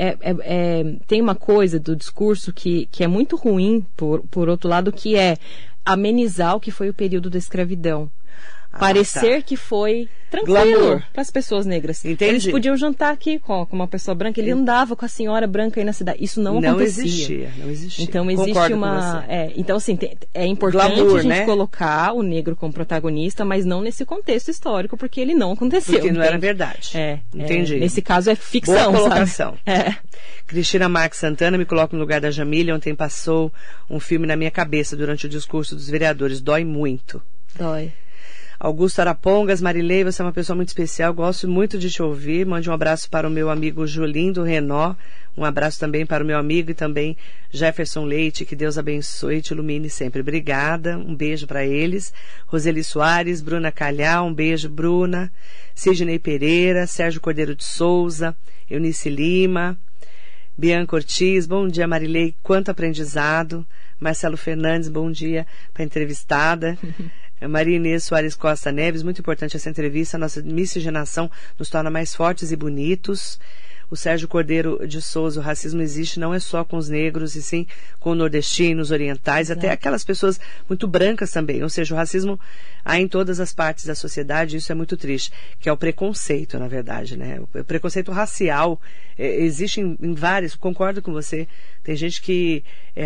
tem uma coisa do discurso que é muito ruim, por outro lado, que é amenizar o que foi o período da escravidão. Parecer que foi tranquilo para as pessoas negras. Entendi. Eles podiam jantar aqui com uma pessoa branca, ele andava com a senhora branca aí na cidade. Isso não acontecia. Não existia. Então existe Concordo uma... então, assim, é importante glamour, a gente né? Colocar o negro como protagonista, mas não nesse contexto histórico, porque ele não aconteceu. Porque não era verdade. Entendi. Nesse caso é ficção. Boa colocação. Sabe? Cristina Marques Santana me coloca no lugar da Jamile. Ontem passou um filme na minha cabeça durante o discurso dos vereadores. Dói muito. Dói. Augusto Arapongas, Marilei, você é uma pessoa muito especial, gosto muito de te ouvir. Mande um abraço para o meu amigo Julindo Renó, um abraço também para o meu amigo e também Jefferson Leite, que Deus abençoe e te ilumine sempre. Obrigada, um beijo para eles. Roseli Soares, Bruna Calhau, um beijo, Bruna. Sidney Pereira, Sérgio Cordeiro de Souza, Eunice Lima, Bianca Ortiz, bom dia, Marilei, quanto aprendizado. Marcelo Fernandes, bom dia para a entrevistada. Maria Inês Soares Costa Neves, muito importante essa entrevista, nossa miscigenação nos torna mais fortes e bonitos. O Sérgio Cordeiro de Souza, o racismo existe não é só com os negros, e sim com nordestinos, orientais, até aquelas pessoas muito brancas também. Ou seja, o racismo há em todas as partes da sociedade, e isso é muito triste, que é o preconceito, na verdade, né? O preconceito racial existe em vários, concordo com você, tem gente que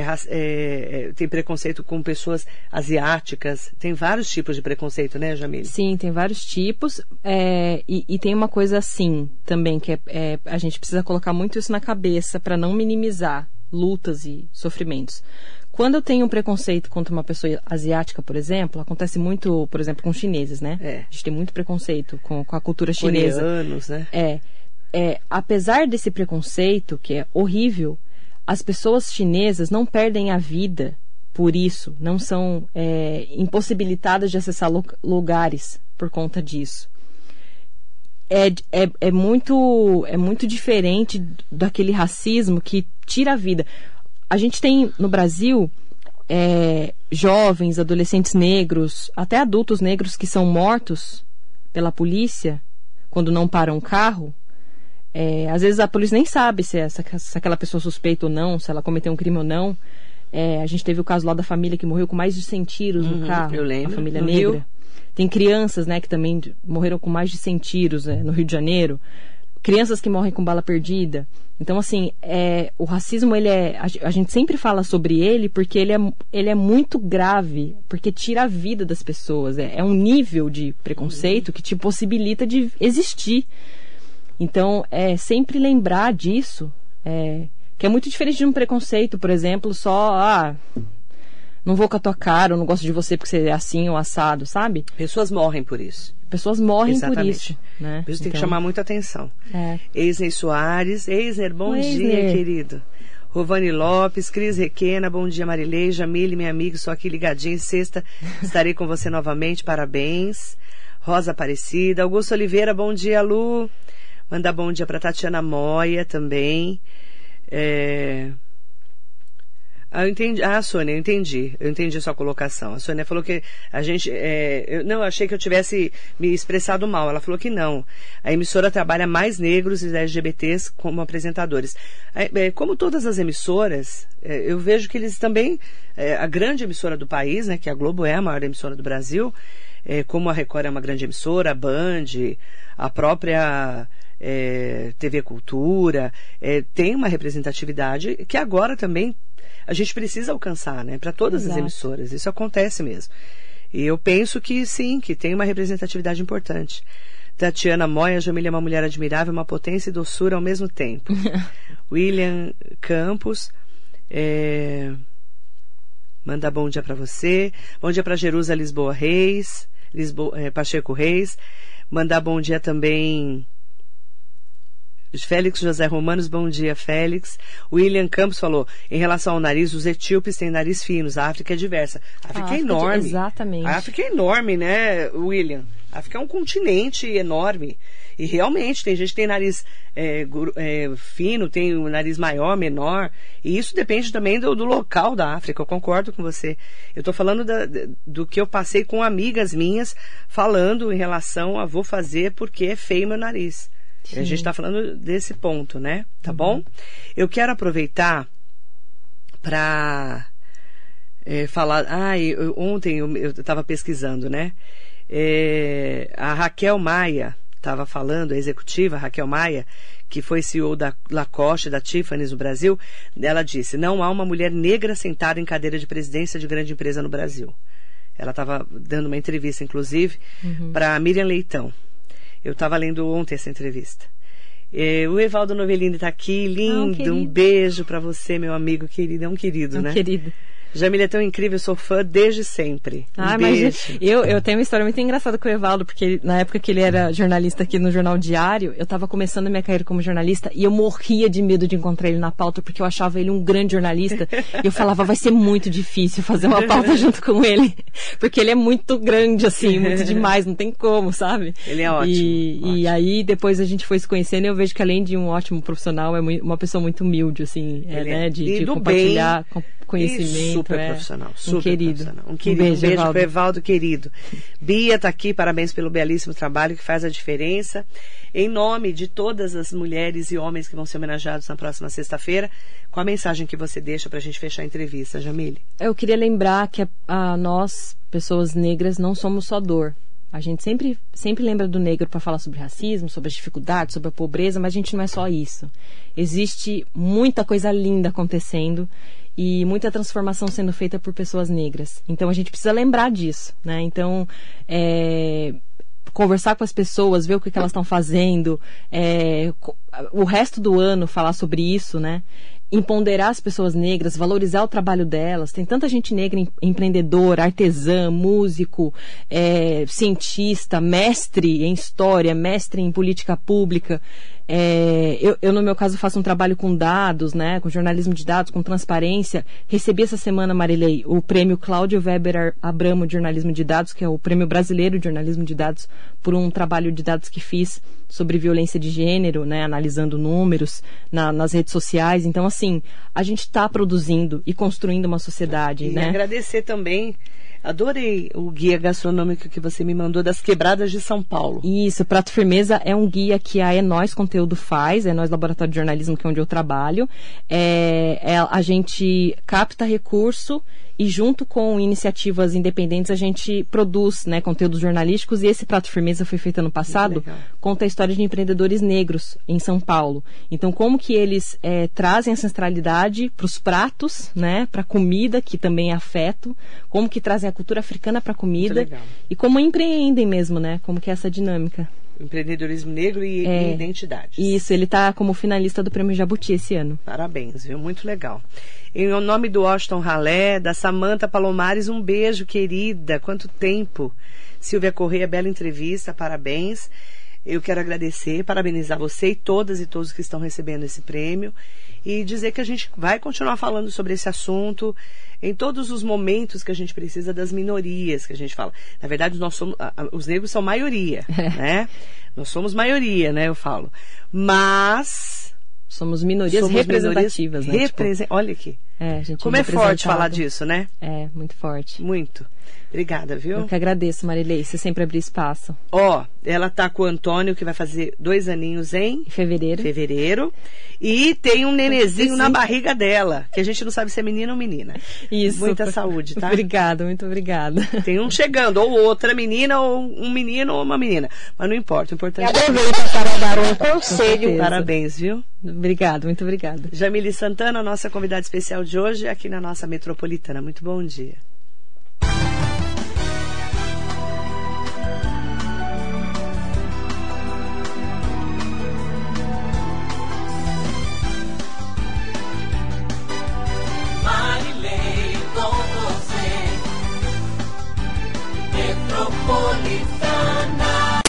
tem preconceito com pessoas asiáticas, tem vários tipos de preconceito, né, Jamile? Sim, tem vários tipos, e tem uma coisa assim também, que a gente precisa colocar muito isso na cabeça para não minimizar lutas e sofrimentos. Quando eu tenho um preconceito contra uma pessoa asiática, por exemplo, acontece muito, por exemplo, com chineses, né? A gente tem muito preconceito com a cultura chinesa. Coreanos, né? Apesar desse preconceito, que é horrível, as pessoas chinesas não perdem a vida por isso, não são impossibilitadas de acessar lugares por conta disso. É muito diferente daquele racismo que tira a vida. A gente tem no Brasil jovens, adolescentes negros, até adultos negros que são mortos pela polícia quando não param o carro. Às vezes a polícia nem sabe se aquela pessoa é suspeita ou não, se ela cometeu um crime ou não. A gente teve o caso lá da família que morreu com mais de 100 tiros no carro. Eu lembro. A família no negra. Rio. Tem crianças, né, que também morreram com mais de 100 tiros no Rio de Janeiro. Crianças que morrem com bala perdida. Então, assim, o racismo, a gente sempre fala sobre ele porque ele é muito grave, porque tira a vida das pessoas. É um nível de preconceito que te possibilita de existir. Então, sempre lembrar disso, que é muito diferente de um preconceito, por exemplo, só, não vou com a tua cara, eu não gosto de você porque você é assim ou assado, sabe? Pessoas morrem por isso. Pessoas morrem Exatamente. por isso. Né? Por isso tem que chamar muita atenção. Eisner Soares, bom dia, querido. Rovani Lopes, Cris Requena, bom dia, Marilei, Jamile, minha amiga, estou aqui ligadinha, sexta estarei com você novamente, parabéns. Rosa Aparecida, Augusto Oliveira, bom dia, Lu. Mandar bom dia para Tatiana Moia também. Eu entendi. Sônia, eu entendi a sua colocação. A Sônia falou que a gente, eu achei que eu tivesse me expressado mal. Ela falou que não. A emissora trabalha mais negros e LGBTs como apresentadores. Como todas as emissoras, eu vejo que eles também, a grande emissora do país, né, que a Globo é a maior emissora do Brasil, como a Record é uma grande emissora, a Band, a própria TV Cultura, tem uma representatividade que agora também a gente precisa alcançar, né, para todas as emissoras. Isso acontece mesmo. E eu penso que sim, que tem uma representatividade importante. Tatiana Moya, Jamília é uma mulher admirável, uma potência e doçura ao mesmo tempo. William Campos, manda bom dia para você. Bom dia para Jerusa Lisboa Reis, Pacheco Reis. Mandar bom dia também Félix José Romanos, bom dia, Félix. William Campos falou, em relação ao nariz, os etíopes têm nariz finos, a África é diversa. A África é enorme. Exatamente. A África é enorme, né, William? A África é um continente enorme. E realmente, tem gente que tem nariz fino, tem um nariz maior, menor. E isso depende também do local da África, eu concordo com você. Eu estou falando do que eu passei com amigas minhas, falando em relação a vou fazer porque é feio meu nariz. Sim. A gente está falando desse ponto, né? Tá bom? Eu quero aproveitar para falar... ontem eu estava pesquisando, né? A Raquel Maia estava falando, a executiva Raquel Maia, que foi CEO da Lacoste, da Tiffany's no Brasil, ela disse, não há uma mulher negra sentada em cadeira de presidência de grande empresa no Brasil. Ela estava dando uma entrevista, inclusive, para Miriam Leitão. Eu estava lendo ontem essa entrevista. O Evaldo Novellini está aqui, lindo, um beijo para você, meu amigo querido, é um querido, né? Querido. Jamília é tão incrível, sou fã desde sempre. Mas eu tenho uma história muito engraçada com o Evaldo, porque na época que ele era jornalista aqui no Jornal Diário, eu estava começando a minha carreira como jornalista e eu morria de medo de encontrar ele na pauta, porque eu achava ele um grande jornalista e eu falava, vai ser muito difícil fazer uma pauta junto com ele, porque ele é muito grande, assim, muito demais, não tem como, sabe? Ele é ótimo. E aí, depois a gente foi se conhecendo e eu vejo que além de um ótimo profissional, é uma pessoa muito humilde, assim, né, de compartilhar conhecimento. Super profissional, super querido. Profissional. Um querido, um beijo pro Evaldo querido. Bia tá aqui, parabéns pelo belíssimo trabalho que faz a diferença. Em nome de todas as mulheres e homens que vão ser homenageados na próxima sexta-feira, qual a mensagem que você deixa pra gente fechar a entrevista, Jamile? Eu queria lembrar que nós, pessoas negras, não somos só dor. A gente sempre lembra do negro para falar sobre racismo, sobre as dificuldades, sobre a pobreza, mas a gente não é só isso. Existe muita coisa linda acontecendo e muita transformação sendo feita por pessoas negras. Então a gente precisa lembrar disso, né? Então, conversar com as pessoas, ver o que elas estão fazendo, o resto do ano falar sobre isso, né? Empoderar as pessoas negras, valorizar o trabalho delas. Tem tanta gente negra, empreendedor, artesã, músico, cientista, mestre em história, mestre em política pública. Eu, no meu caso, faço um trabalho com dados, né, com jornalismo de dados, com transparência. Recebi essa semana, Marilei, o prêmio Cláudio Weber Abramo de Jornalismo de Dados, que é o prêmio brasileiro de jornalismo de dados, por um trabalho de dados que fiz sobre violência de gênero, né, analisando números nas redes sociais. Então, assim, a gente está produzindo e construindo uma sociedade, né? Agradecer também. Adorei o guia gastronômico que você me mandou das quebradas de São Paulo. Isso, Prato Firmeza é um guia que a Nós Conteúdo faz, Nós Laboratório de Jornalismo, que é onde eu trabalho. A gente capta recurso e junto com iniciativas independentes a gente produz, né, conteúdos jornalísticos, e esse Prato Firmeza foi feito ano passado, conta a história de empreendedores negros em São Paulo. Então, como que eles trazem ancestralidade para os pratos, né, para a comida, que também é afeto, como que trazem a cultura africana para a comida e como empreendem mesmo, né, como que é essa dinâmica. Empreendedorismo negro e identidades. Isso, ele está como finalista do Prêmio Jabuti esse ano. Parabéns, viu? Muito legal. Em nome do Washington Ralé, da Samanta Palomares, um beijo, querida. Quanto tempo. Silvia Correia, bela entrevista, parabéns. Eu quero agradecer, parabenizar você e todas e todos que estão recebendo esse prêmio e dizer que a gente vai continuar falando sobre esse assunto em todos os momentos que a gente precisa das minorias que a gente fala. Na verdade, nós somos, os negros são maioria, né? Nós somos maioria, né? Eu falo. Mas somos minorias representativas, né? Olha aqui. A gente Como é forte falar disso, né? É, muito forte. Muito. Obrigada, viu? Eu que agradeço, Marilei, você sempre abriu espaço. Ó, ela tá com o Antônio, que vai fazer 2 aninhos em fevereiro. E tem um nenezinho na barriga dela, que a gente não sabe se é menino ou menina. Isso. Muita saúde, tá? Obrigada, muito obrigada. Tem um chegando, ou outra menina, ou um menino ou uma menina. Mas não importa, o importante é... Aproveita para dar um conselho. Parabéns, viu? Obrigada, muito obrigada. Jamile Santana, nossa convidada especial de hoje, aqui na nossa Metropolitana. Muito bom dia.